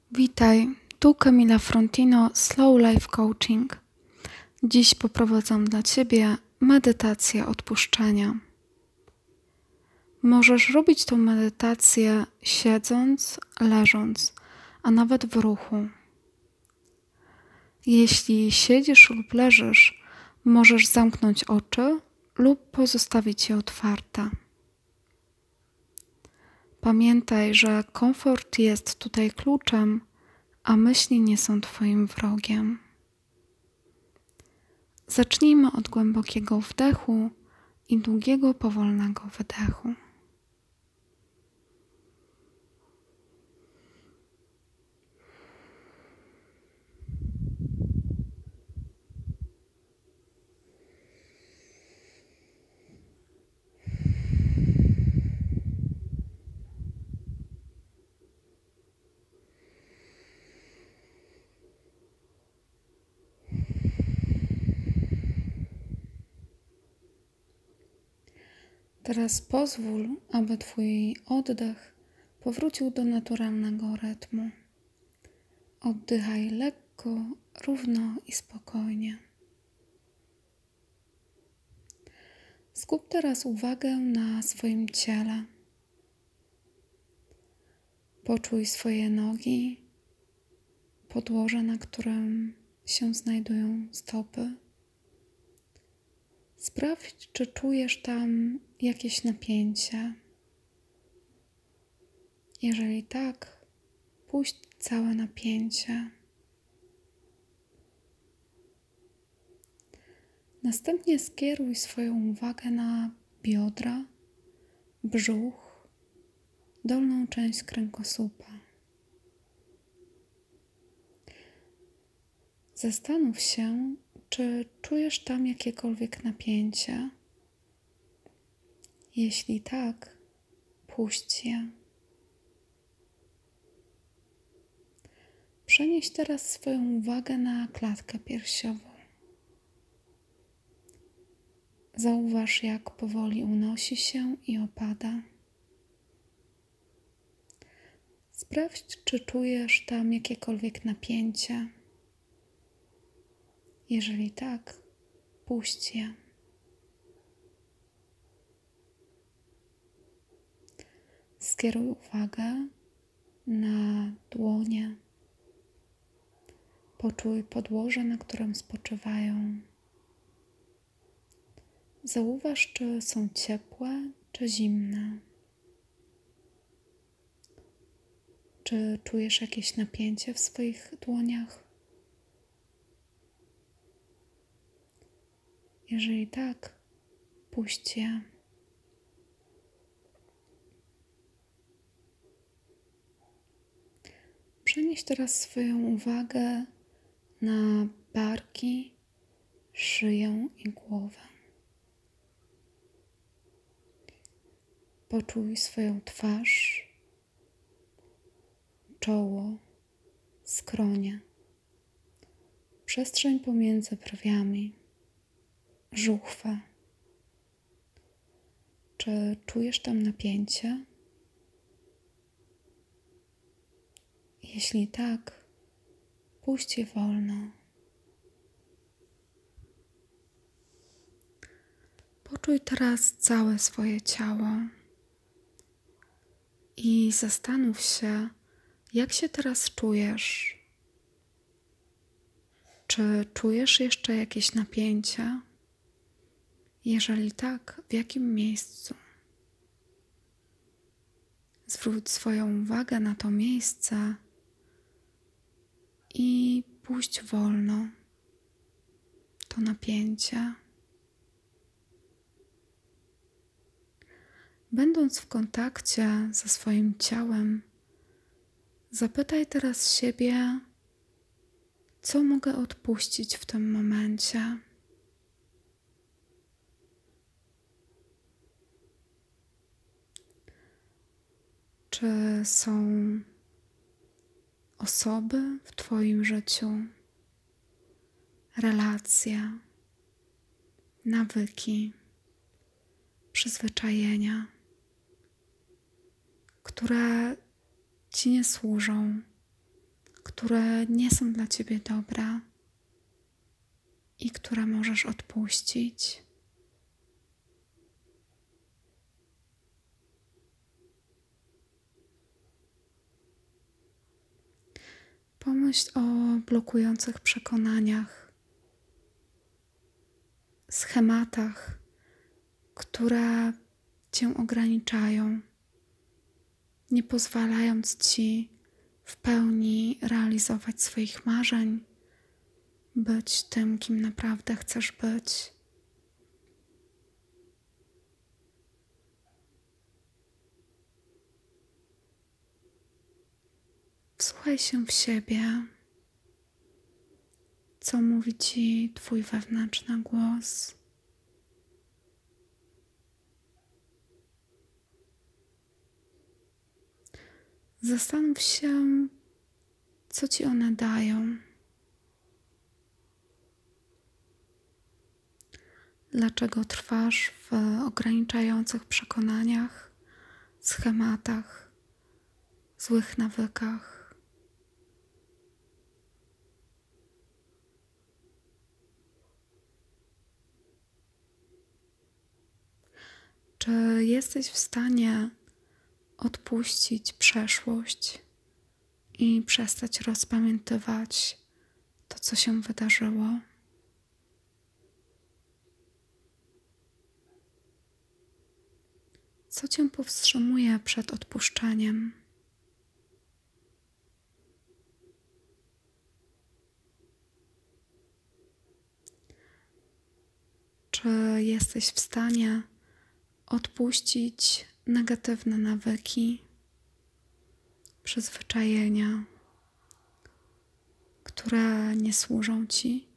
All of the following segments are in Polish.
Witaj, tu Camila Frontino, Slow Life Coaching. Dziś poprowadzam dla Ciebie medytację odpuszczania. Możesz robić tą medytację siedząc, leżąc, a nawet w ruchu. Jeśli siedzisz lub leżysz, możesz zamknąć oczy lub pozostawić je otwarte. Pamiętaj, że komfort jest tutaj kluczem, a myśli nie są Twoim wrogiem. Zacznijmy od głębokiego wdechu i długiego, powolnego wydechu. Teraz pozwól, aby Twój oddech powrócił do naturalnego rytmu. Oddychaj lekko, równo i spokojnie. Skup teraz uwagę na swoim ciele. Poczuj swoje nogi, podłoże, na którym się znajdują stopy. Sprawdź, czy czujesz tam jakieś napięcie. Jeżeli tak, puść całe napięcie. Następnie skieruj swoją uwagę na biodra, brzuch, dolną część kręgosłupa. Zastanów się, czy czujesz tam jakiekolwiek napięcie. Jeśli tak, puść je. Przenieś teraz swoją uwagę na klatkę piersiową. Zauważ, jak powoli unosi się i opada. Sprawdź, czy czujesz tam jakiekolwiek napięcie. Jeżeli tak, puść je. Skieruj uwagę na dłonie. Poczuj podłoże, na którym spoczywają. Zauważ, czy są ciepłe, czy zimne. Czy czujesz jakieś napięcie w swoich dłoniach? Jeżeli tak, puść je. Przenieś teraz swoją uwagę na barki, szyję i głowę. Poczuj swoją twarz, czoło, skronie, przestrzeń pomiędzy brwiami, żuchwę. Czy czujesz tam napięcie? Jeśli tak, puść je wolno. Poczuj teraz całe swoje ciało i zastanów się, jak się teraz czujesz. Czy czujesz jeszcze jakieś napięcie? Jeżeli tak, w jakim miejscu? Zwróć swoją uwagę na to miejsce i puść wolno to napięcie. Będąc w kontakcie ze swoim ciałem, zapytaj teraz siebie, co mogę odpuścić w tym momencie. Czy są osoby w Twoim życiu, relacje, nawyki, przyzwyczajenia, które Ci nie służą, które nie są dla ciebie dobre i które możesz odpuścić. Pomyśl o blokujących przekonaniach, schematach, które cię ograniczają, nie pozwalając ci w pełni realizować swoich marzeń, być tym, kim naprawdę chcesz być. Wsłuchaj się w siebie, co mówi ci twój wewnętrzny głos. Zastanów się, co ci one dają. Dlaczego trwasz w ograniczających przekonaniach, schematach, złych nawykach? Czy jesteś w stanie odpuścić przeszłość i przestać rozpamiętywać to, co się wydarzyło? Co cię powstrzymuje przed odpuszczeniem? Czy jesteś w stanie odpuścić negatywne nawyki, przyzwyczajenia, które nie służą ci?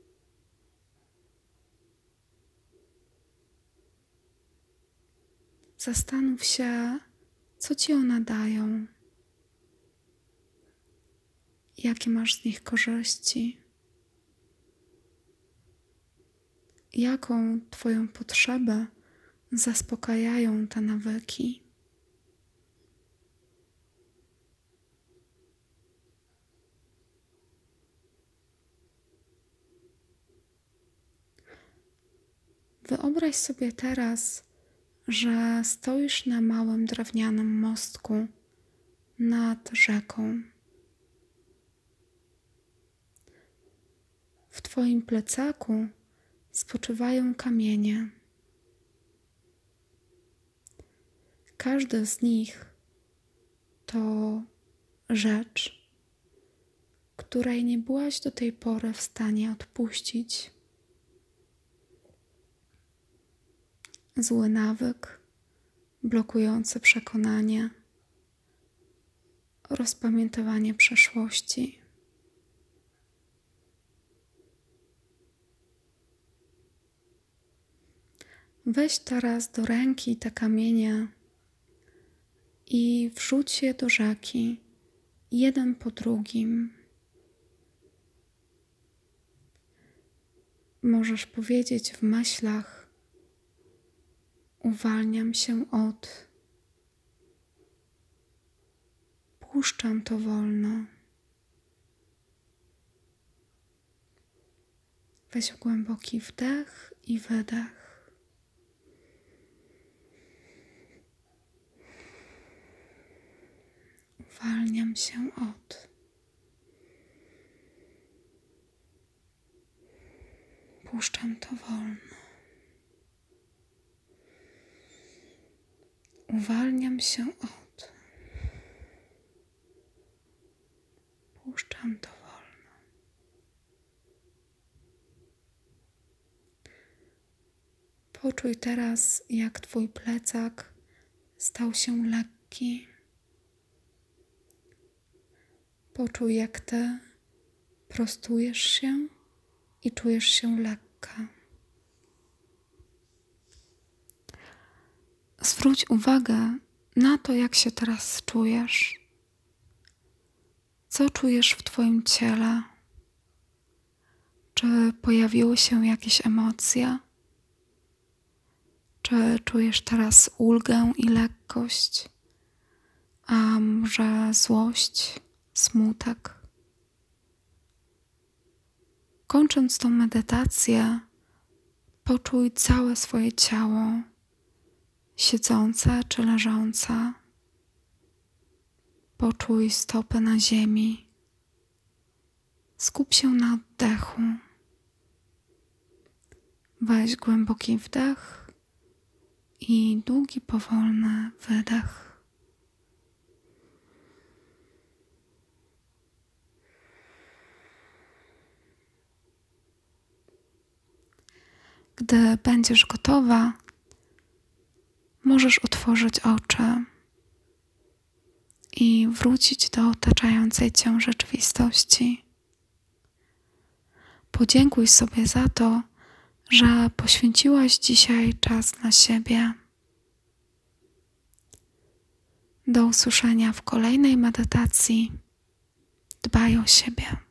Zastanów się, co ci one dają, jakie masz z nich korzyści, jaką twoją potrzebę zaspokajają te nawyki. Wyobraź sobie teraz, że stoisz na małym drewnianym mostku nad rzeką. W twoim plecaku spoczywają kamienie. Każdy z nich to rzecz, której nie byłaś do tej pory w stanie odpuścić. Zły nawyk, blokujące przekonanie, rozpamiętywanie przeszłości. Weź teraz do ręki te kamienie i wrzuć je do rzeki, jeden po drugim. Możesz powiedzieć w myślach: uwalniam się od, puszczam to wolno. Weź głęboki wdech i wydech. Uwalniam się od. Puszczam to wolno. Uwalniam się od. Puszczam to wolno. Poczuj teraz, jak twój plecak stał się lekki. Poczuj, jak ty prostujesz się i czujesz się lekka. Zwróć uwagę na to, jak się teraz czujesz. Co czujesz w twoim ciele? Czy pojawiły się jakieś emocje? Czy czujesz teraz ulgę i lekkość? A może złość, smutek? Kończąc tą medytację, poczuj całe swoje ciało, siedzące czy leżące. Poczuj stopy na ziemi. Skup się na oddechu. Weź głęboki wdech i długi, powolny wydech. Gdy będziesz gotowa, możesz otworzyć oczy i wrócić do otaczającej cię rzeczywistości. Podziękuj sobie za to, że poświęciłaś dzisiaj czas dla siebie. Do usłyszenia w kolejnej medytacji. Dbaj o siebie.